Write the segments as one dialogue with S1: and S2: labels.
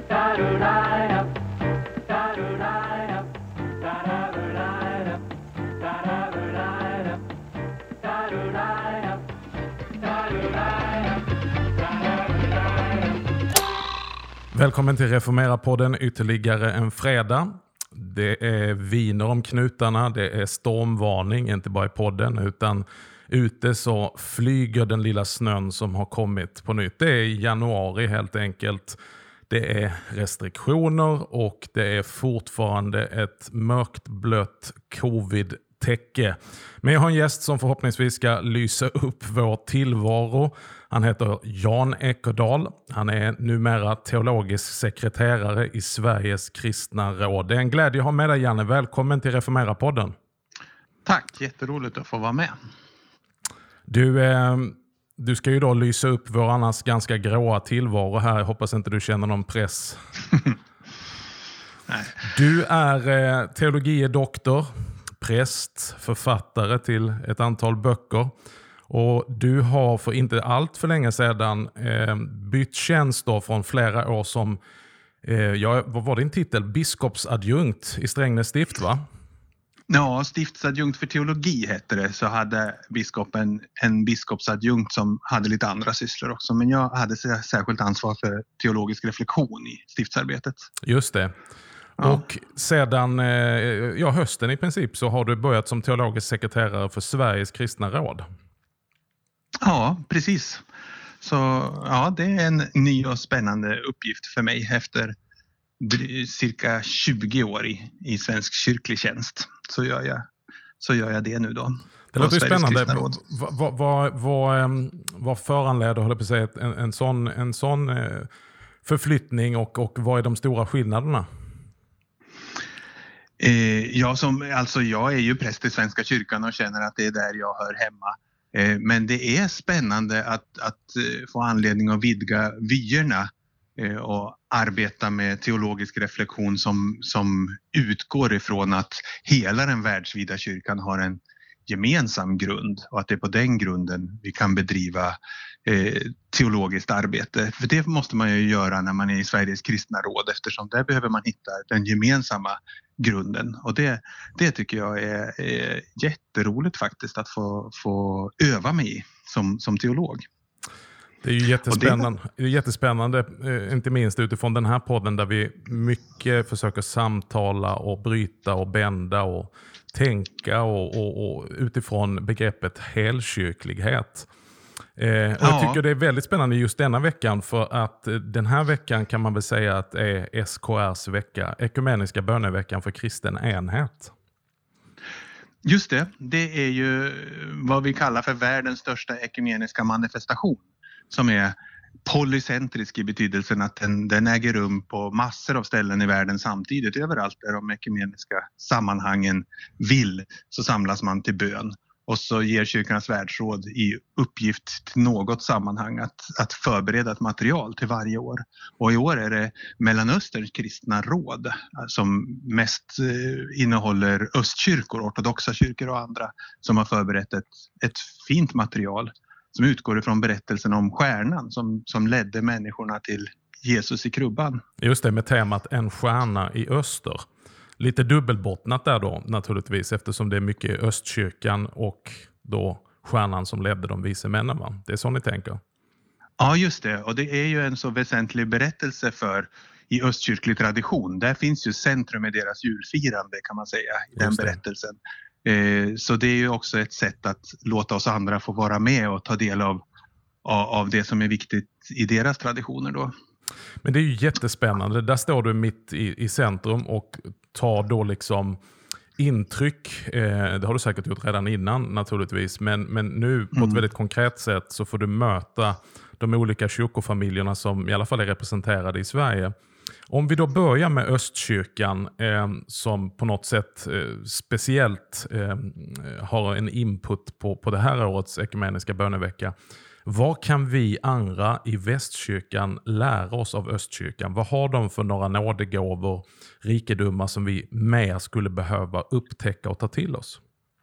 S1: Välkommen till Reformera-podden ytterligare en fredag. Det är viner om knutarna, det är stormvarning, inte bara i podden utan ute så flyger den lilla snön som har kommit på nytt. Det är januari helt enkelt. Det är restriktioner och det är fortfarande ett mörkt blött covid-täcke. Men jag har en gäst som förhoppningsvis ska lysa upp vår tillvaro. Han heter Jan Ekerdal. Han är numera teologisk sekreterare i Sveriges kristna råd. Det är en glädje att ha med dig, Janne. Välkommen till Reformera-podden.
S2: Tack, jätteroligt att få vara med.
S1: Du ska ju då lysa upp vår annars ganska gråa tillvaro här. Jag hoppas inte du känner någon press.
S2: Nej.
S1: Du är teologidoktor, präst, författare till ett antal böcker. Och du har för inte allt för länge sedan bytt tjänst då från flera år som, vad var din titel? Biskopsadjunkt i Strängnäs stift, va?
S2: Ja, stiftsadjunkt för teologi hette det. Så hade biskopen en biskopsadjunkt som hade lite andra sysslor också. Men jag hade särskilt ansvar för teologisk reflektion i stiftsarbetet.
S1: Just det. Ja. Och sedan hösten i princip så har du börjat som teologisk sekreterare för Sveriges kristna råd. Ja,
S2: precis. Så ja, det är en ny och spännande uppgift för mig efter cirka 20 år i svensk kyrklig tjänst. Så gör jag det nu då.
S1: Det låter spännande. Vad föranleder, håller på att säga, en sån förflyttning och vad är de stora skillnaderna?
S2: Jag är ju präst i Svenska kyrkan och känner att det är där jag hör hemma. Men det är spännande att få anledning att vidga vyerna och arbeta med teologisk reflektion som utgår ifrån att hela den världsvida kyrkan har en gemensam grund och att det är på den grunden vi kan bedriva teologiskt arbete. För det måste man ju göra när man är i Sveriges kristna råd, eftersom där behöver man hitta den gemensamma grunden. Och det tycker jag är jätteroligt faktiskt att få öva mig i som teolog.
S1: Det är ju jättespännande, inte minst utifrån den här podden där vi mycket försöker samtala och bryta och bända och tänka och utifrån begreppet helkyrklighet. Jag tycker det är väldigt spännande just denna veckan, för att den här veckan kan man väl säga att är SKRs vecka, ekumeniska böneveckan för kristen enhet.
S2: Just det är ju vad vi kallar för världens största ekumeniska manifestation, som är polycentrisk i betydelsen att den äger rum på massor av ställen i världen samtidigt. Överallt där de ekumeniska sammanhangen vill så samlas man till bön. Och så ger Kyrkans världsråd i uppgift till något sammanhang att förbereda ett material till varje år. Och i år är det Mellanösterns kristna råd som mest innehåller östkyrkor, ortodoxa kyrkor och andra, som har förberett ett fint material som utgår ifrån berättelsen om stjärnan som ledde människorna till Jesus i krubban.
S1: Just det, med temat en stjärna i öster. Lite dubbelbottnat där då naturligtvis, eftersom det är mycket östkyrkan och då stjärnan som ledde de vise männen, va? Det är så ni tänker?
S2: Ja, just det. Och det är ju en så väsentlig berättelse i östkyrklig tradition. Där finns ju centrum i deras julfirande, kan man säga, i den berättelsen. Så det är ju också ett sätt att låta oss andra få vara med och ta del av det som är viktigt i deras traditioner då.
S1: Men det är ju jättespännande. Där står du mitt i centrum och tar då liksom intryck. Det har du säkert gjort redan innan naturligtvis. Men nu på ett väldigt konkret sätt så får du möta de olika kyrkofamiljerna som i alla fall är representerade i Sverige. Om vi då börjar med östkyrkan som på något sätt speciellt har en input på det här årets ekumeniska bönevecka. Vad kan vi andra i västkyrkan lära oss av östkyrkan? Vad har de för några nådegåvor, rikedomar som vi mer skulle behöva upptäcka och ta till oss?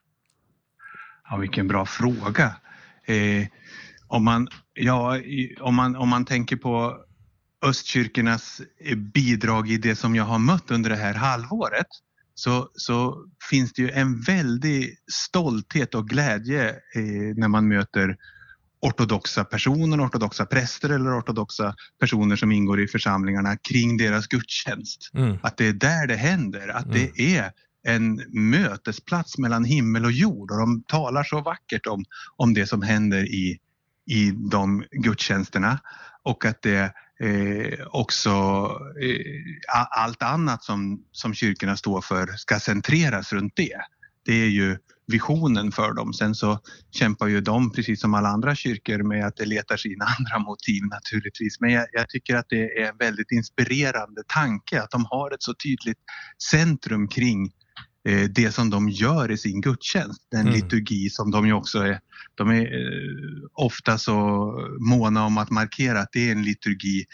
S2: Ja, vilken bra fråga. Om man tänker på östkyrkornas bidrag i det som jag har mött under det här halvåret, så finns det ju en väldig stolthet och glädje när man möter ortodoxa personer, ortodoxa präster eller ortodoxa personer som ingår i församlingarna kring deras gudstjänst. Att det är där det händer, att det är en mötesplats mellan himmel och jord, och de talar så vackert om det som händer i de gudstjänsterna, och att det också allt annat som kyrkorna står för ska centreras runt det. Det är ju visionen för dem. Sen så kämpar ju de, precis som alla andra kyrkor, med att det letar sina andra motiv naturligtvis. Men jag tycker att det är en väldigt inspirerande tanke att de har ett så tydligt centrum kring det som de gör i sin gudstjänst. Den liturgi som de ju också är. De är ofta så måna om att markera att det är en liturgi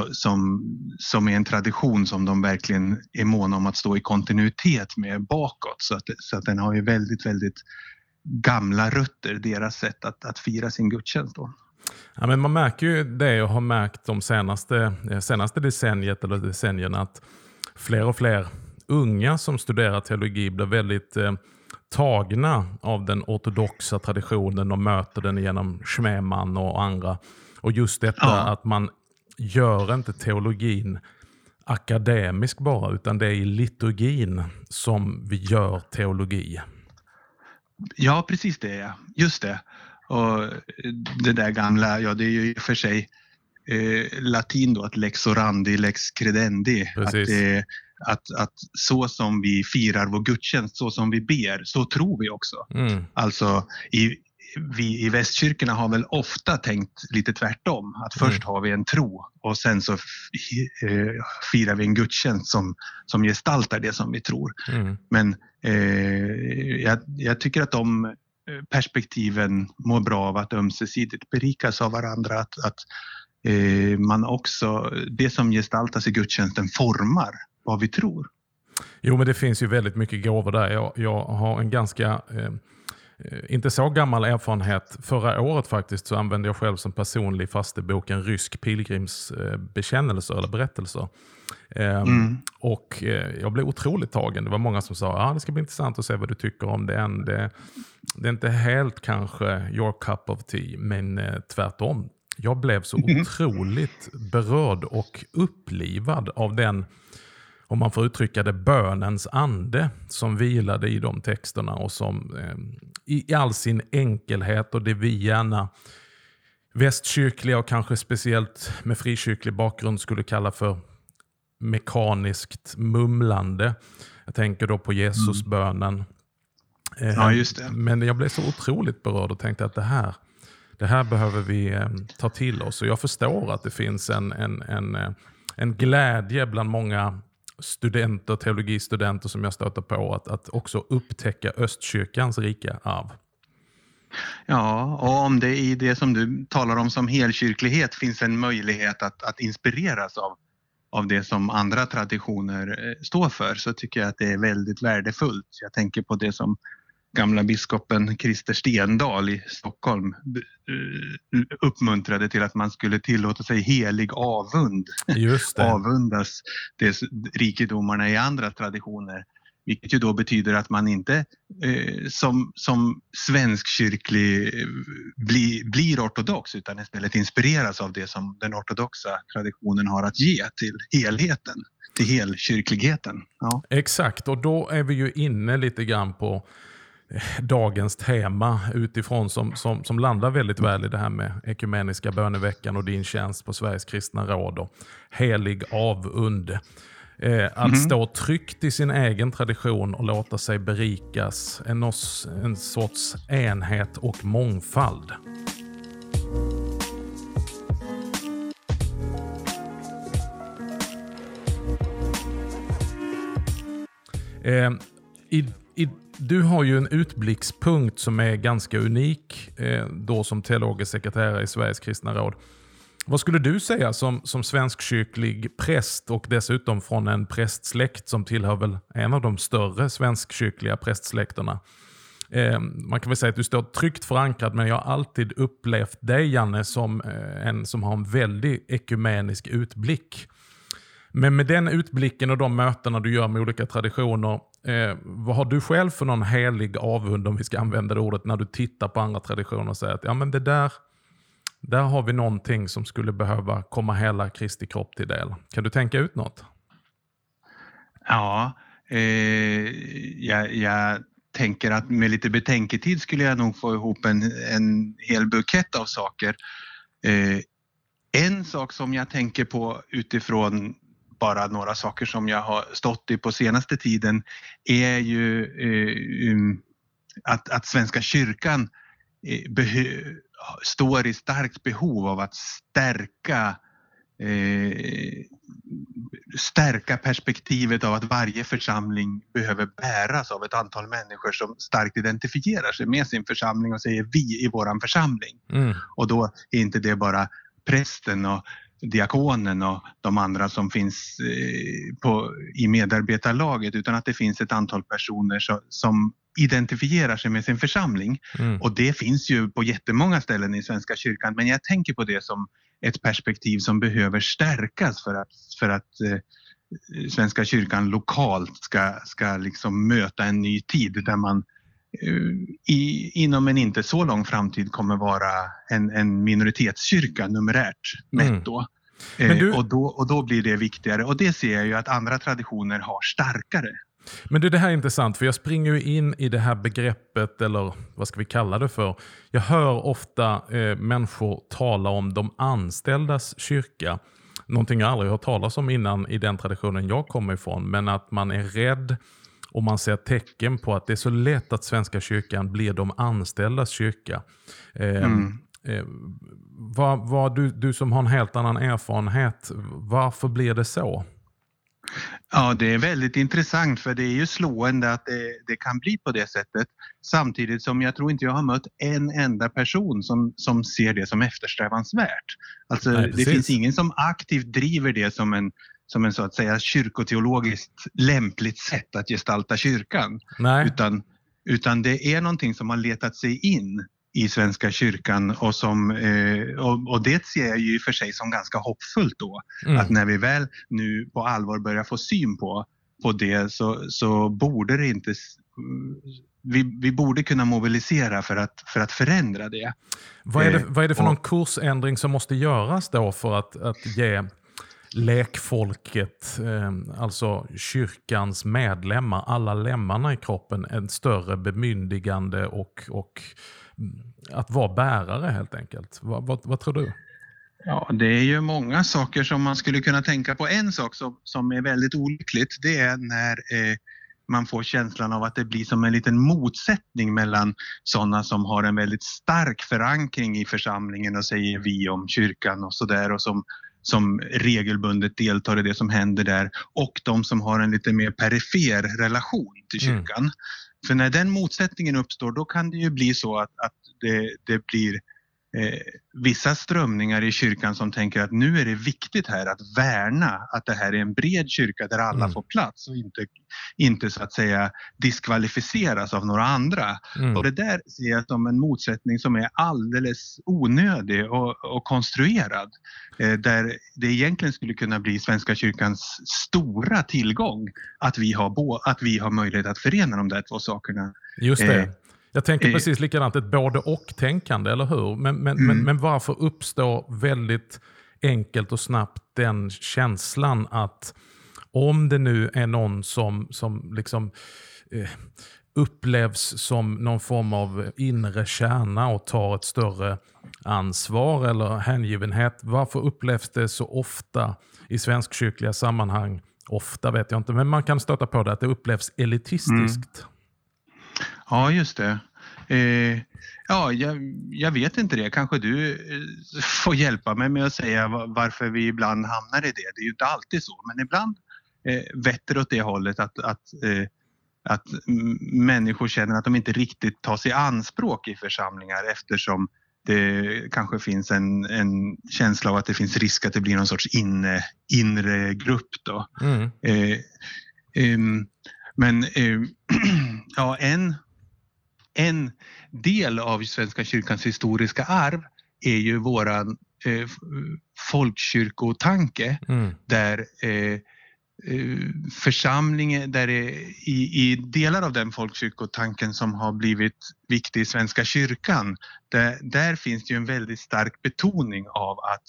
S2: som är en tradition som de verkligen är måna om att stå i kontinuitet med bakåt. Så att den har ju väldigt, väldigt gamla rötter, deras sätt att fira sin gudstjänst då.
S1: Ja, men man märker ju det, och har märkt de senaste decennierna att fler och fler unga som studerar teologi blir väldigt tagna av den ortodoxa traditionen och möter den genom Schmemann och andra. Och just detta att man gör inte teologin akademisk bara, utan det är i liturgin som vi gör teologi.
S2: Ja, precis det. Ja. Just det. Och det där gamla, det är ju för sig latin då, att lex orandi, lex credendi. Att så som vi firar vår gudstjänst, så som vi ber, så tror vi också. Alltså vi i västkyrkorna har väl ofta tänkt lite tvärtom. Att först har vi en tro och sen så firar vi en gudstjänst som gestaltar det som vi tror. Men jag tycker att de perspektiven mår bra av att ömsesidigt berikas av varandra. Att man också, det som gestaltas i gudstjänsten formar vad vi tror.
S1: Jo, men det finns ju väldigt mycket gåvor där. Jag har en ganska inte så gammal erfarenhet. Förra året faktiskt så använde jag själv som personlig fastebok en rysk pilgrimsbekännelse eller berättelser. Och jag blev otroligt tagen. Det var många som sa det ska bli intressant att se vad du tycker om det. Det är inte helt kanske your cup of tea, men tvärtom. Jag blev så otroligt berörd och upplivad av den, om man får uttrycka det, bönens ande som vilade i de texterna, och som i all sin enkelhet, och det vi gärna västkyrkliga och kanske speciellt med frikyrklig bakgrund skulle kalla för mekaniskt mumlande. Jag tänker då på Jesusbönen.
S2: Ja, just det.
S1: Men jag blev så otroligt berörd och tänkte att det här behöver vi ta till oss. Och jag förstår att det finns en glädje bland många studenter, teologistudenter som jag stöter på, att också upptäcka Östkyrkans rika arv.
S2: Ja, och om det i det som du talar om som helkyrklighet finns en möjlighet att inspireras av det som andra traditioner står för, så tycker jag att det är väldigt värdefullt. Jag tänker på det som gamla biskopen Christer Stendahl i Stockholm uppmuntrade till, att man skulle tillåta sig helig avund.
S1: Just det.
S2: Avundas rikedomarna i andra traditioner. Vilket ju då betyder att man inte som svenskkyrklig blir ortodox, utan istället inspireras av det som den ortodoxa traditionen har att ge till helheten, till helkyrkligheten. Ja.
S1: Exakt, och då är vi ju inne lite grann på dagens tema utifrån som landar väldigt väl i det här med ekumeniska böneveckan och din tjänst på Sveriges kristna råd och helig avund. Att stå tryggt i sin egen tradition och låta sig berikas, en sorts enhet och mångfald. Du har ju en utblickspunkt som är ganska unik då som teologisk sekreterare i Sveriges kristna råd. Vad skulle du säga som svenskkyrklig präst, och dessutom från en prästsläkt som tillhör väl en av de större svenskkyrkliga prästsläkterna? man kan väl säga att du står tryggt förankrad, men jag har alltid upplevt dig, Janne, som en som har en väldigt ekumenisk utblick. Men med den utblicken och de mötena du gör med olika traditioner, vad har du själv för någon helig avund, om vi ska använda det ordet, när du tittar på andra traditioner och säger att ja, men det där har vi någonting som skulle behöva komma hela Kristi kropp till del. Kan du tänka ut något?
S2: Ja, jag tänker att med lite betänketid skulle jag nog få ihop en hel bukett av saker. En sak som jag tänker på utifrån bara några saker som jag har stått i på senaste tiden är ju att Svenska kyrkan står i starkt behov av att stärka perspektivet av att varje församling behöver bäras av ett antal människor som starkt identifierar sig med sin församling och säger vi i våran församling. Och då är inte det bara prästen och diakonen och de andra som finns i medarbetarlaget, utan att det finns ett antal personer som identifierar sig med sin församling. Och det finns ju på jättemånga ställen i Svenska kyrkan, men jag tänker på det som ett perspektiv som behöver stärkas för att Svenska kyrkan lokalt ska liksom möta en ny tid där man inom en inte så lång framtid kommer vara en minoritetskyrka numerärt mätt då. Och då blir det viktigare, och det ser jag ju att andra traditioner har starkare.
S1: Men det här är intressant, för jag springer ju in i det här begreppet, eller vad ska vi kalla det för? Jag hör ofta människor tala om de anställdas kyrka. Någonting jag aldrig hört talas om innan i den traditionen jag kommer ifrån, men att man är rädd och man ser tecken på att det är så lätt att Svenska kyrkan blir de anställdas kyrka. Du som har en helt annan erfarenhet, varför blir det så?
S2: Ja, det är väldigt intressant, för det är ju slående att det kan bli på det sättet. Samtidigt som jag tror inte jag har mött en enda person som ser det som eftersträvansvärt. Alltså, nej, det finns ingen som aktivt driver det som en så att säga kyrkoteologiskt lämpligt sätt att gestalta kyrkan. Nej. Utan det är någonting som har letat sig in i Svenska kyrkan och och det ser jag ju för sig som ganska hoppfullt då. Att när vi väl nu på allvar börjar få syn på det så borde det inte... Vi borde kunna mobilisera för att förändra det.
S1: Vad är det för någon kursändring som måste göras då för att ge lekfolket, alltså kyrkans medlemmar, alla lemmarna i kroppen, en större bemyndigande och att vara bärare helt enkelt? Vad tror du?
S2: Ja, det är ju många saker som man skulle kunna tänka på. En sak som är väldigt olyckligt, det är när man får känslan av att det blir som en liten motsättning mellan sådana som har en väldigt stark förankring i församlingen och säger vi om kyrkan och sådär, och som regelbundet deltar i det som händer där, och de som har en lite mer perifer relation till kyrkan. För när den motsättningen uppstår, då kan det ju bli så att det blir vissa strömningar i kyrkan som tänker att nu är det viktigt här att värna att det här är en bred kyrka där alla får plats och inte så att säga diskvalificeras av några andra. Och det där ser jag som en motsättning som är alldeles onödig och konstruerad. Där det egentligen skulle kunna bli Svenska kyrkans stora tillgång att vi har möjlighet att förena de där två sakerna.
S1: Just det. Jag tänker precis likadant, ett både och-tänkande, eller hur? Men varför uppstår väldigt enkelt och snabbt den känslan att om det nu är någon som liksom upplevs som någon form av inre kärna och tar ett större ansvar eller hängivenhet, varför upplevs det så ofta i svenskkyrkliga sammanhang, ofta vet jag inte, men man kan stöta på det, att det upplevs elitistiskt?
S2: Ja, just det. Jag vet inte det. Kanske du får hjälpa mig med att säga varför vi ibland hamnar i det. Det är ju inte alltid så, men ibland vetter åt det hållet att människor känner att de inte riktigt tar sig anspråk i församlingar, eftersom det kanske finns en känsla av att det finns risk att det blir någon sorts inre grupp då. en del av Svenska kyrkans historiska arv är ju våran folkkyrkotanke där församlingen, där i delar av den folkkyrkotanken som har blivit viktig i Svenska kyrkan, där finns det ju en väldigt stark betoning av att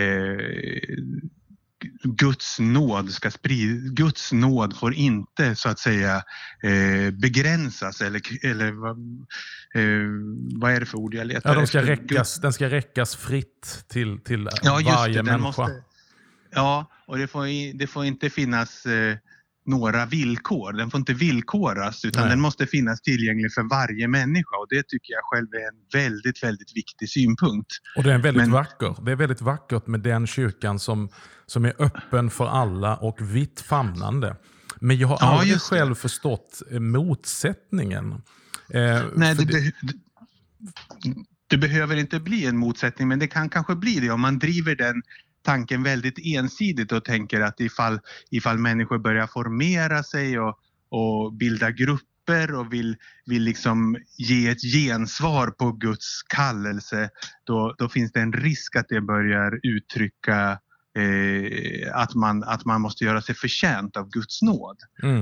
S2: Guds nåd ska spridas. Guds nåd får inte så att säga begränsas eller vad är det för ord jag letar
S1: efter? Den ska räckas fritt till varje människa.
S2: Och det får inte finnas några villkor. Den får inte villkoras utan den måste finnas tillgänglig för varje människa, och det tycker jag själv är en väldigt, väldigt viktig synpunkt.
S1: Och det är det är väldigt vackert med den kyrkan som är öppen för alla och vitt famnande. Men jag har aldrig själv förstått motsättningen.
S2: Det behöver inte bli en motsättning, men det kan kanske bli det om man driver den tanken väldigt ensidigt och tänker att ifall människor börjar formera sig och bilda grupper och vill liksom ge ett gensvar på Guds kallelse, då finns det en risk att det börjar uttrycka att man måste göra sig förtjänt av Guds nåd.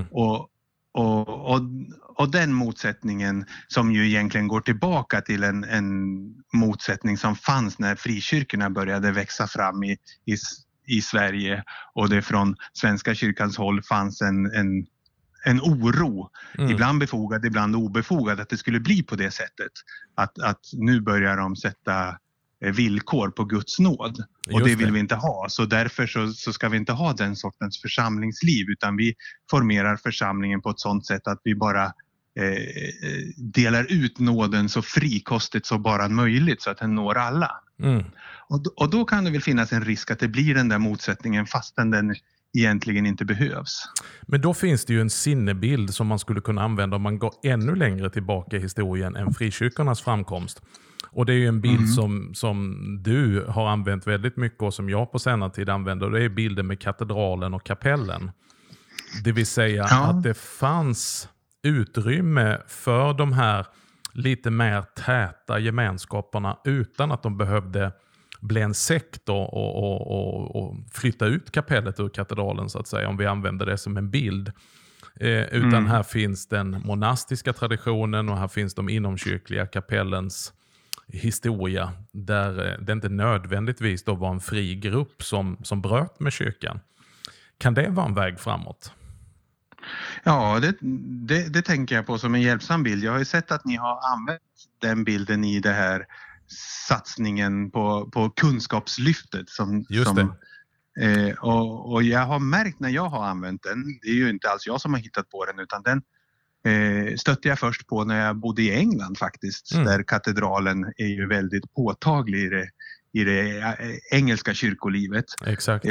S2: Och den motsättningen som ju egentligen går tillbaka till en motsättning som fanns när frikyrkorna började växa fram i Sverige, och det från Svenska kyrkans håll fanns en oro, ibland befogad, ibland obefogad, att det skulle bli på det sättet. Att nu börjar de sätta villkor på Guds nåd, och det vill vi inte ha. Så därför så ska vi inte ha den sortens församlingsliv, utan vi formerar församlingen på ett sådant sätt att vi bara delar ut nåden så frikostigt så bara möjligt, så att den når alla. Och då kan det väl finnas en risk att det blir den där motsättningen fastän den egentligen inte behövs. Men
S1: då finns det ju en sinnebild som man skulle kunna använda om man går ännu längre tillbaka i historien än frikyrkornas framkomst. Och det är ju en bild som du har använt väldigt mycket och som jag på senare tid använder. Och det är bilden med katedralen och kapellen. Det vill säga att det fanns utrymme för de här lite mer täta gemenskaperna utan att de behövde bli en sekt och flytta ut kapellet ur katedralen, så att säga, om vi använder det som en bild. Utan här finns den monastiska traditionen och här finns de inomkyrkliga kapellens historia, där det inte nödvändigtvis då var en fri grupp som bröt med kyrkan. Kan det vara en väg framåt?
S2: Ja, det tänker jag på som en hjälpsam bild. Jag har ju sett att ni har använt den bilden i det här satsningen på kunskapslyftet. Och jag har märkt när jag har använt den, det är ju inte alls jag som har hittat på den, utan den stötte jag först på när jag bodde i England faktiskt, där katedralen är ju väldigt påtaglig i det engelska kyrkolivet.
S1: Exakt.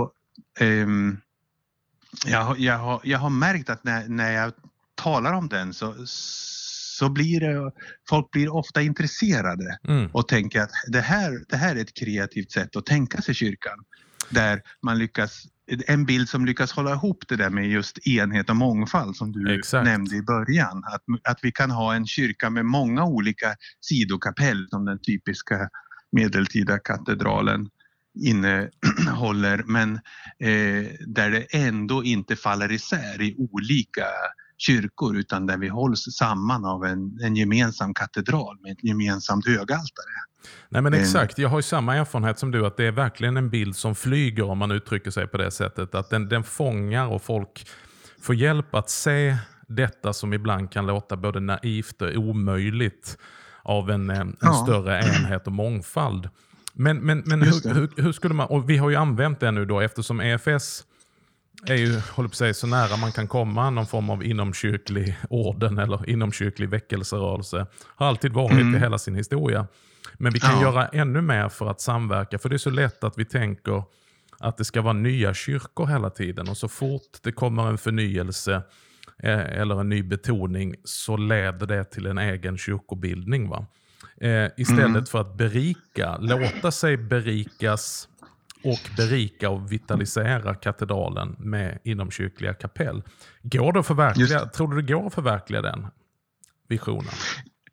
S2: Jag har märkt att när jag talar om den så blir det, folk blir ofta intresserade och tänker att det här är ett kreativt sätt att tänka sig kyrkan, där man lyckas, en bild som lyckas hålla ihop det där med just enhet och mångfald som du nämnde i början. Att vi kan ha en kyrka med många olika sidokapell som den typiska medeltida katedralen innehåller, men där det ändå inte faller isär i olika kyrkor, utan där vi hålls samman av en gemensam katedral med ett gemensamt högaltare.
S1: Nej, men exakt, jag har ju samma erfarenhet som du, att det är verkligen en bild som flyger, om man uttrycker sig på det sättet, att den fångar och folk får hjälp att se detta som ibland kan låta både naivt och omöjligt av en större enhet och mångfald. Men hur skulle man, och vi har ju använt det nu då, eftersom EFS är ju, håller på att säga, så nära man kan komma någon form av inomkyrklig orden eller inomkyrklig väckelserörelse, har alltid varit i hela sin historia. Men vi kan göra ännu mer för att samverka, för det är så lätt att vi tänker att det ska vara nya kyrkor hela tiden, och så fort det kommer en förnyelse eller en ny betoning så leder det till en egen kyrkobildning, va? Istället för att låta sig berikas och berika och vitalisera katedralen med inomkyrkliga kapell. Går det att förverkliga, tror du det går att förverkliga den visionen?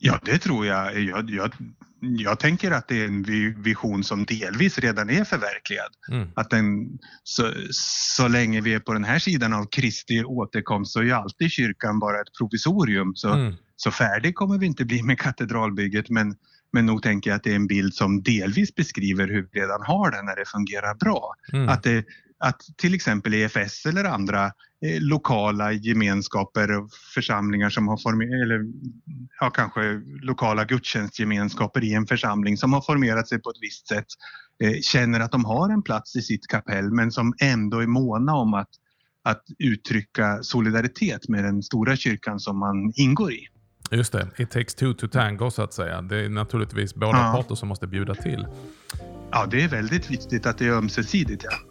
S2: Ja, det tror jag. Jag tänker att det är en vision som delvis redan är förverkligad. Att så länge vi är på den här sidan av Kristi återkomst så är ju alltid kyrkan bara ett provisorium. Så färdig kommer vi inte bli med katedralbygget, men nog tänker jag att det är en bild som delvis beskriver hur vi redan har det när det fungerar bra. Att till exempel EFS eller andra lokala gemenskaper och församlingar som har kanske lokala gudstjänstgemenskaper i en församling som har formerat sig på ett visst sätt känner att de har en plats i sitt kapell, men som ändå är måna om att uttrycka solidaritet med den stora kyrkan som man ingår i.
S1: Just det, it takes two to tango så att säga. Det är naturligtvis båda parter som måste bjuda till.
S2: Ja, det är väldigt viktigt att det är ömsesidigt, ja.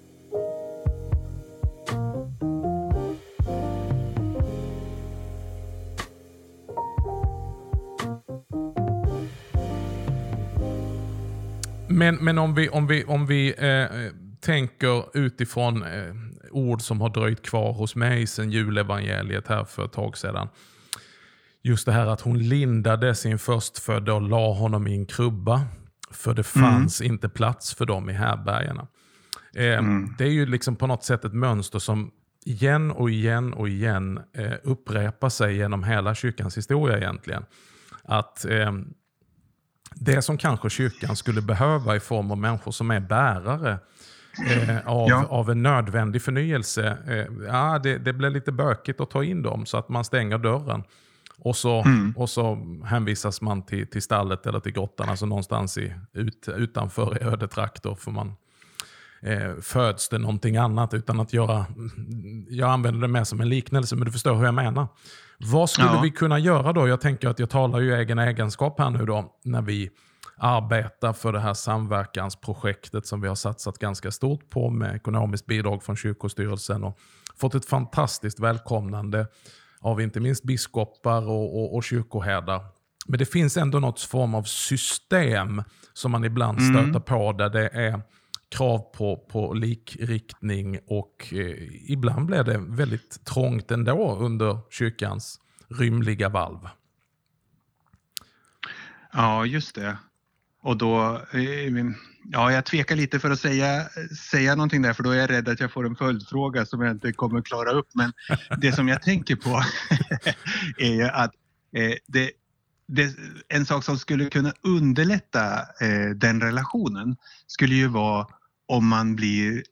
S1: Men om vi tänker utifrån ord som har dröjt kvar hos mig sedan julevangeliet här för ett tag sedan. Just det här att hon lindade sin förstfödda och la honom i en krubba. För det fanns inte plats för dem i härbergarna. Det är ju liksom på något sätt ett mönster som igen och igen upprepar sig genom hela kyrkans historia egentligen. Att det som kanske kyrkan skulle behöva i form av människor som är bärare av en nödvändig förnyelse. Det blir lite bökigt att ta in dem så att man stänger dörren. Och så hänvisas man till stallet eller till grottan, alltså någonstans utanför i ödetrakter för man föds det någonting annat utan att göra. Jag använder det mer som en liknelse, men du förstår hur jag menar. Vad skulle vi kunna göra då? Jag tänker att jag talar ju egen egenskap här nu då när vi arbetar för det här samverkansprojektet som vi har satsat ganska stort på med ekonomiskt bidrag från kyrkostyrelsen och fått ett fantastiskt välkomnande av inte minst biskopar och kyrkoherdar. Men det finns ändå något form av system som man ibland stöter på där det är krav på likriktning och ibland blir det väldigt trångt ändå under kyrkans rymliga valv.
S2: Ja, just det. Och då, jag tvekar lite för att säga någonting där, för då är jag rädd att jag får en följdfråga som jag inte kommer klara upp. Men det som jag tänker på är ju att en sak som skulle kunna underlätta den relationen skulle ju vara om man blir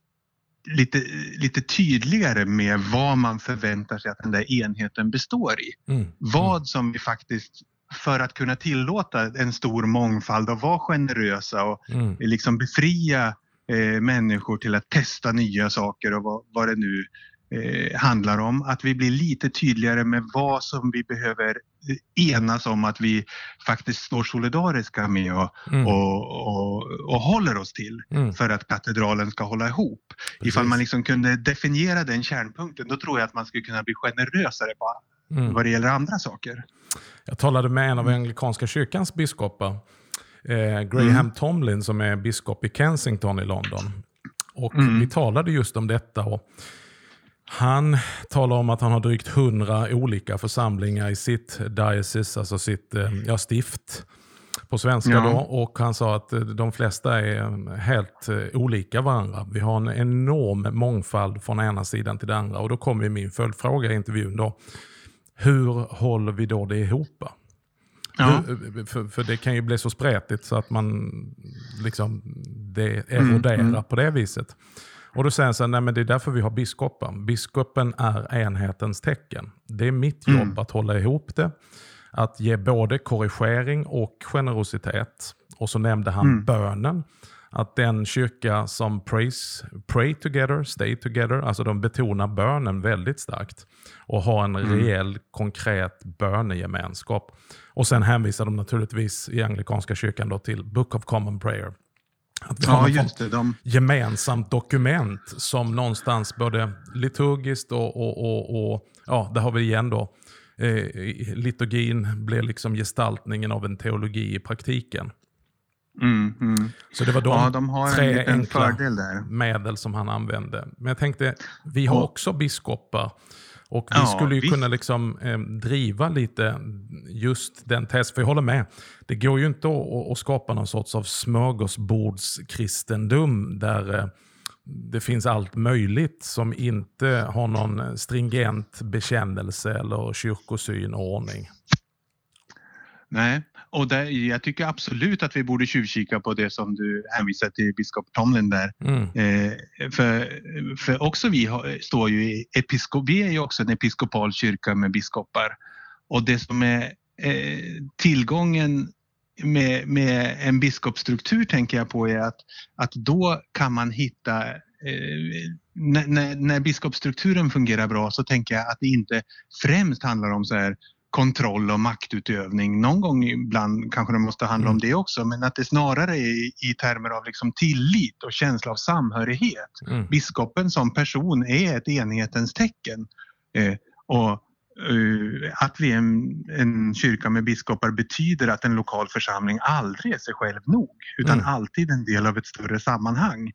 S2: lite tydligare med vad man förväntar sig att den där enheten består i. Vad som vi faktiskt, för att kunna tillåta en stor mångfald och vara generösa och liksom befria människor till att testa nya saker och vad det nu handlar om. Att vi blir lite tydligare med vad som vi behöver enas om att vi faktiskt står solidariska med och håller oss till för att katedralen ska hålla ihop. Precis. Ifall man liksom kunde definiera den kärnpunkten, då tror jag att man skulle kunna bli generösare på vad det gäller andra saker. Jag
S1: talade med en av anglikanska kyrkans biskopar, Graham Tomlin, som är biskop i Kensington i London. Och vi talade just om detta och han talar om att han har drygt 100 olika församlingar i sitt diocese, alltså sitt stift på svenska då. Och han sa att de flesta är helt olika varandra. Vi har en enorm mångfald från ena sidan till den andra. Och då kommer min följdfråga i intervjun då. Hur håller vi då det ihop? Ja. För det kan ju bli så sprätigt så att man liksom det eroderar på det viset. Och då säger han så här, nej men det är därför vi har biskopen. Biskopen är enhetens tecken. Det är mitt jobb att hålla ihop det. Att ge både korrigering och generositet. Och så nämnde han bönen. Att den kyrka som pray together, stay together. Alltså de betonar bönen väldigt starkt. Och har en rejäl, konkret bönegemenskap. Och sen hänvisar de naturligtvis i anglikanska kyrkan då till Book of Common Prayer. Att vi har gemensamt dokument som någonstans både liturgiskt och där har vi igen då. Liturgin blir liksom gestaltningen av en teologi i praktiken. Så det var de har tre enkla medel som han använde. Men jag tänkte, vi har också biskopar Och vi skulle ju kunna liksom driva lite just den tesen. För jag håller med. Det går ju inte att skapa någon sorts av smörgåsbordskristendom där det finns allt möjligt som inte har någon stringent bekännelse eller kyrkosyn och ordning.
S2: Nej, och jag tycker absolut att vi borde tjuvkika på det som du hänvisar till biskop Tomlin där. För också vi står ju i vi är ju också en episkopal kyrka med biskopar. Och det som är tillgången med en biskopsstruktur tänker jag på är att då kan man hitta när biskopsstrukturen fungerar bra så tänker jag att det inte främst handlar om så här kontroll och maktutövning. Någon gång ibland kanske det måste handla om det också, men att det snarare är i termer av liksom tillit och känsla av samhörighet. Biskopen som person är ett enhetens tecken. Att vi är en kyrka med biskopar betyder att en lokal församling aldrig är sig själv nog, utan alltid en del av ett större sammanhang.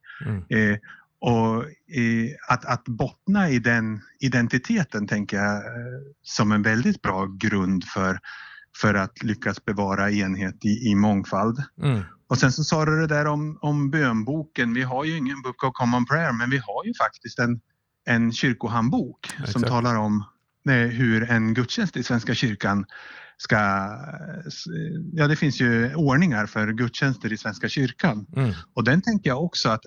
S2: Att bottna i den identiteten tänker jag som en väldigt bra grund för att lyckas bevara enhet i mångfald. Och sen så sa du det där om bönboken. Vi har ju ingen Book of Common Prayer, men vi har ju faktiskt en kyrkohandbok som talar om hur en gudstjänst i Svenska kyrkan ska... Ja, det finns ju ordningar för gudstjänster i Svenska kyrkan. Och den tänker jag också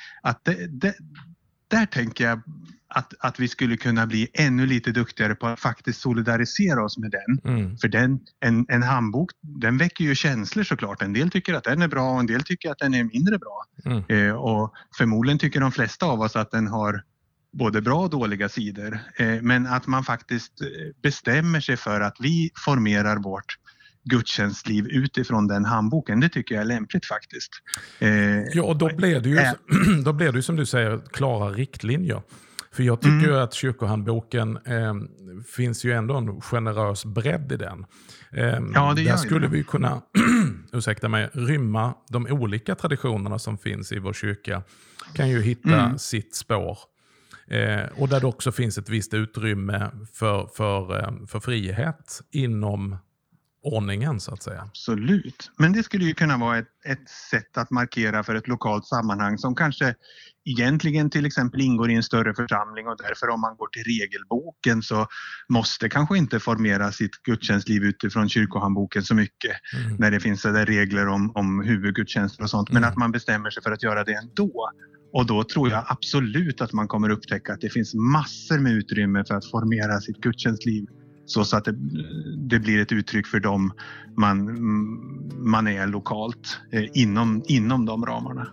S2: där tänker jag att vi skulle kunna bli ännu lite duktigare på att faktiskt solidarisera oss med den. För en handbok, den väcker ju känslor såklart. En del tycker att den är bra och en del tycker att den är mindre bra. Och förmodligen tycker de flesta av oss att den har både bra och dåliga sidor. Men att man faktiskt bestämmer sig för att vi formerar vårt gudstjänstliv utifrån den handboken. Det tycker jag är lämpligt faktiskt.
S1: Ja, och då blir det ju som du säger klara riktlinjer. För jag tycker ju att kyrkohandboken finns ju ändå en generös bredd i den. Där skulle vi kunna rymma de olika traditionerna som finns i vår kyrka. Kan ju hitta sitt spår. Och där det också finns ett visst utrymme för frihet inom ordningen så att säga.
S2: Absolut. Men det skulle ju kunna vara ett sätt att markera för ett lokalt sammanhang som kanske egentligen till exempel ingår i en större församling och därför om man går till regelboken så måste kanske inte formera sitt gudstjänstliv utifrån kyrkohandboken så mycket när det finns där regler om huvudgudstjänster och sånt. Men att man bestämmer sig för att göra det ändå. Och då tror jag absolut att man kommer upptäcka att det finns massor med utrymme för att formera sitt gudstjänstliv så att det blir ett uttryck för dem man är lokalt inom de ramarna.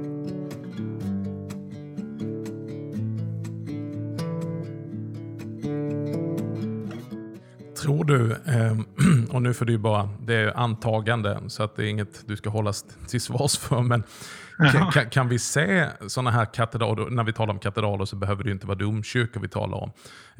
S1: Tror du, och nu får du bara, det är antagande så att det är inget du ska hållas till svars för, men kan vi se sådana här katedraler, när vi talar om katedraler så behöver det ju inte vara domkyrkor vi talar om,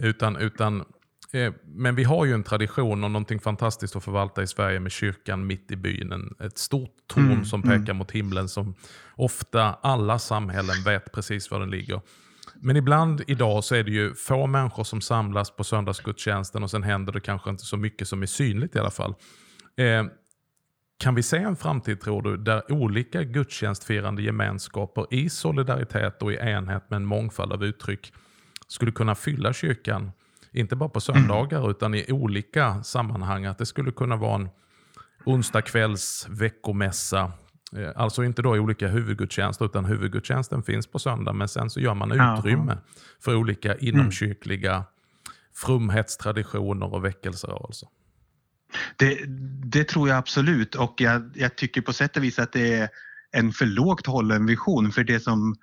S1: men vi har ju en tradition och någonting fantastiskt att förvalta i Sverige med kyrkan mitt i byn. Ett stort torn som pekar mot himlen som ofta alla samhällen vet precis var den ligger. Men ibland idag så är det ju få människor som samlas på söndagsgudstjänsten och sen händer det kanske inte så mycket som är synligt i alla fall. Kan vi se en framtid tror du där olika gudstjänstfirande gemenskaper i solidaritet och i enhet med en mångfald av uttryck skulle kunna fylla kyrkan? Inte bara på söndagar utan i olika sammanhang. Att det skulle kunna vara en onsdagskvälls veckomässa. Alltså inte då i olika huvudgudstjänster utan huvudgudstjänsten finns på söndag. Men sen så gör man utrymme för olika inomkyrkliga fromhetstraditioner och väckelserörelser.
S2: Det tror jag absolut. Och jag tycker på sätt och vis att det är en för lågt hållen vision för det som...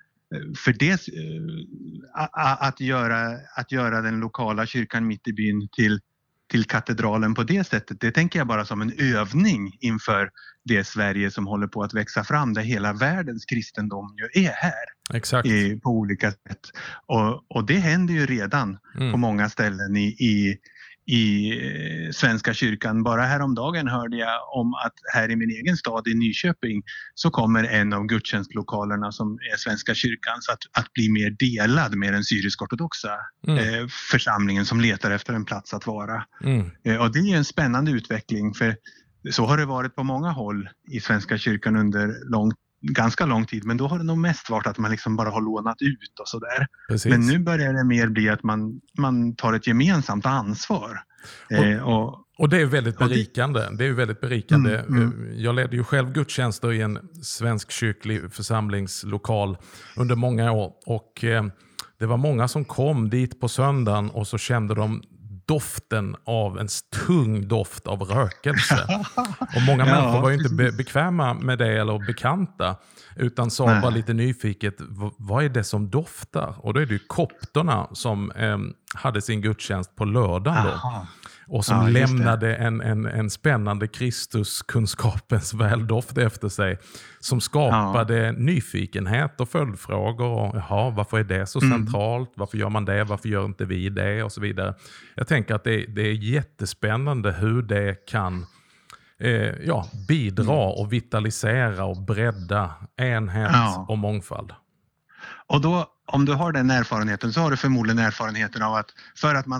S2: att göra den lokala kyrkan mitt i byn till katedralen på det sättet. Det tänker jag bara som en övning inför det Sverige som håller på att växa fram där hela världens kristendom ju är här.
S1: Exakt.
S2: På olika sätt. Och det händer ju redan på många ställen i Svenska kyrkan. Bara häromdagen hörde jag om att här i min egen stad i Nyköping så kommer en av gudstjänstlokalerna som är Svenska kyrkan så att bli mer delad med den syrisk-ortodoxa församlingen som letar efter en plats att vara. Och det är en spännande utveckling, för så har det varit på många håll i Svenska kyrkan under ganska lång tid, men då har det nog mest varit att man liksom bara har lånat ut och sådär. Men nu börjar det mer bli att man tar ett gemensamt ansvar.
S1: Och det är väldigt berikande. Det är väldigt berikande. Jag ledde ju själv gudstjänster i en svensk kyrklig församlingslokal under många år, och det var många som kom dit på söndagen och så kände de doften av en tung doft av rökelse. Och många människor var ju inte bekväma med det eller bekanta, utan sa bara lite nyfiket, vad är det som doftar? Och då är det ju kopterna som hade sin gudstjänst på lördagen då. Och som lämnade en spännande Kristuskunskapens väldoft efter sig. Som skapade nyfikenhet och följdfrågor. Och, varför är det så centralt? Varför gör man det? Varför gör inte vi det? Och så vidare. Jag tänker att det är jättespännande hur det kan bidra och vitalisera och bredda enhet och mångfald.
S2: Och då, om du har den erfarenheten, så har du förmodligen erfarenheten av att för att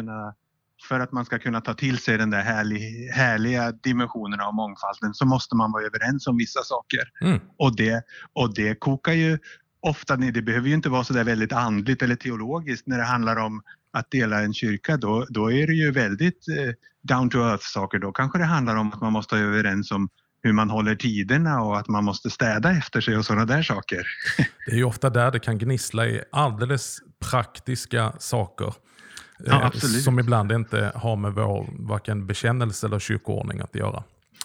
S2: man ska kunna ta till sig den där härliga dimensionen av mångfalden, så måste man vara överens om vissa saker. Och det kokar ju ofta ner, det behöver ju inte vara så där väldigt andligt eller teologiskt när det handlar om att dela en kyrka. Då är det ju väldigt down to earth saker. Då kanske det handlar om att man måste vara överens om hur man håller tiderna och att man måste städa efter sig och sådana där saker.
S1: Det är ju ofta där det kan gnissla i alldeles praktiska saker. Som ibland inte har med vår varken bekännelse eller kyrkoordning att göra.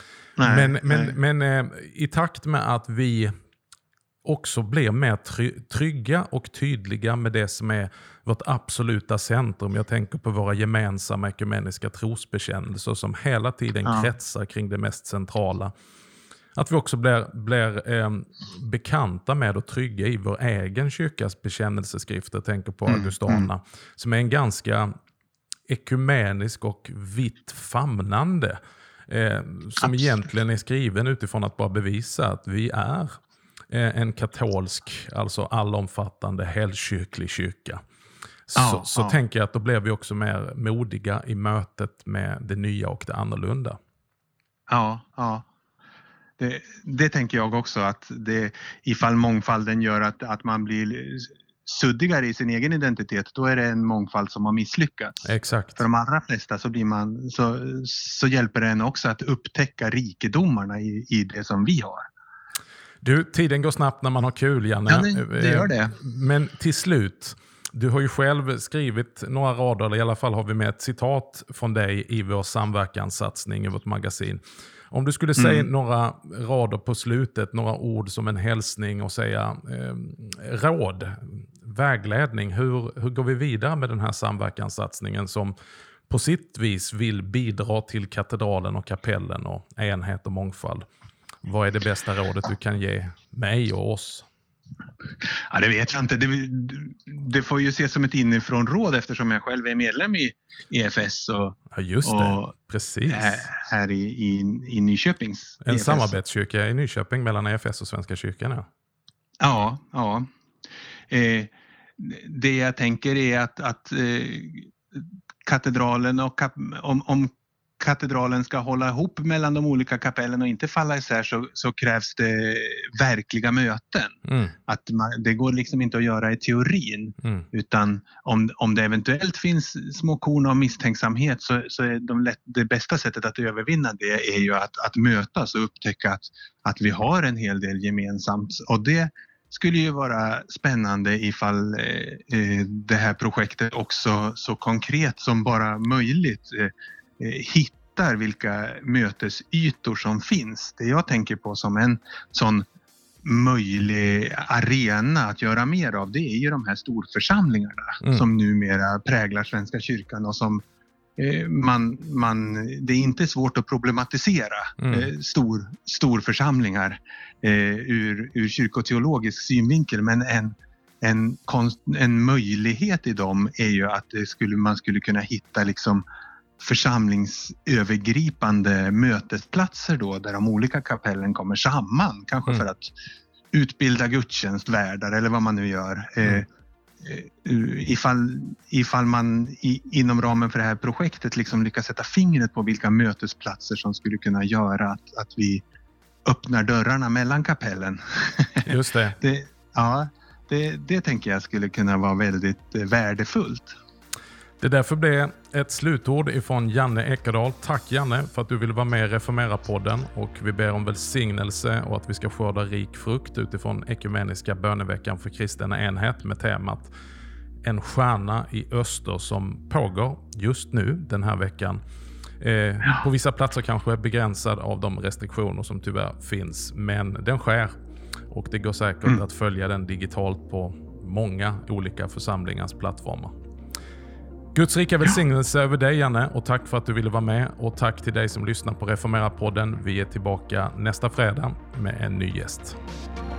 S1: Men i takt med att vi också blir mer trygga och tydliga med det som är vårt absoluta centrum. Jag tänker på våra gemensamma ekumeniska trosbekännelser som hela tiden kretsar kring det mest centrala. Att vi också blir bekanta med och trygga i vår egen kyrkas bekännelseskrifter. Jag tänker på Augustana som är en ganska ekumenisk och vitt famnande. Som egentligen är skriven utifrån att bara bevisa att vi är en katolsk, alltså allomfattande helkyrklig kyrka. Så tänker jag att då blir vi också mer modiga i mötet med det nya och det annorlunda.
S2: Ja. Det tänker jag också, att ifall mångfalden gör att man blir suddigare i sin egen identitet, då är det en mångfald som har misslyckats.
S1: Exakt.
S2: För de allra flesta så blir man så hjälper det en också att upptäcka rikedomarna i det som vi har.
S1: Du, tiden går snabbt när man har kul, Janne.
S2: Ja, det gör det.
S1: Men till slut, du har ju själv skrivit några rader, eller i alla fall har vi med ett citat från dig i vår samverkanssatsning i vårt magasin. Om du skulle säga några rader på slutet, några ord som en hälsning och säga råd, vägledning. Hur går vi vidare med den här samverkanssatsningen som på sitt vis vill bidra till katedralen och kapellen och enhet och mångfald? Vad är det bästa rådet du kan ge mig och oss?
S2: Ja, det vet jag inte. Det får ju ses som ett inifrån råd eftersom jag själv är medlem i EFS och
S1: precis.
S2: Här i Nyköpings
S1: en
S2: EFS.
S1: Samarbetskyrka i Nyköping mellan EFS och Svenska kyrkan.
S2: Ja. Det jag tänker är att katedralen och om katedralen ska hålla ihop mellan de olika kapellen och inte falla isär, så krävs det verkliga möten. Det går liksom inte att göra i teorin, utan om det eventuellt finns små korn av misstänksamhet, så är det bästa sättet att övervinna det är ju att mötas och upptäcka att vi har en hel del gemensamt. Och det skulle ju vara spännande ifall det här projektet också så konkret som bara möjligt hittar vilka mötesytor som finns. Det jag tänker på som en sån möjlig arena att göra mer av, det är ju de här storförsamlingarna som numera präglar Svenska kyrkan och som det är inte svårt att problematisera storförsamlingar ur kyrkoteologisk synvinkel, men en möjlighet i dem är ju att man skulle kunna hitta liksom församlingsövergripande mötesplatser då, där de olika kapellen kommer samman. Kanske för att utbilda gudstjänstvärdar eller vad man nu gör. Ifall man inom ramen för det här projektet liksom lyckas sätta fingret på vilka mötesplatser som skulle kunna göra att vi öppnar dörrarna mellan kapellen.
S1: Just det.
S2: Det tänker jag skulle kunna vara väldigt värdefullt.
S1: Det därför blev ett slutord ifrån Janne Ekerdal. Tack Janne för att du ville vara med i Reformera-podden, och vi ber om välsignelse och att vi ska skörda rik frukt utifrån ekumeniska böneveckan för kristen enhet med temat En stjärna i öster, som pågår just nu den här veckan. På vissa platser kanske begränsad av de restriktioner som tyvärr finns, men den sker, och det går säkert att följa den digitalt på många olika församlingars plattformar. Guds rika välsignelse över dig Janne, och tack för att du ville vara med, och tack till dig som lyssnar på Reformera-podden. Vi är tillbaka nästa fredag med en ny gäst.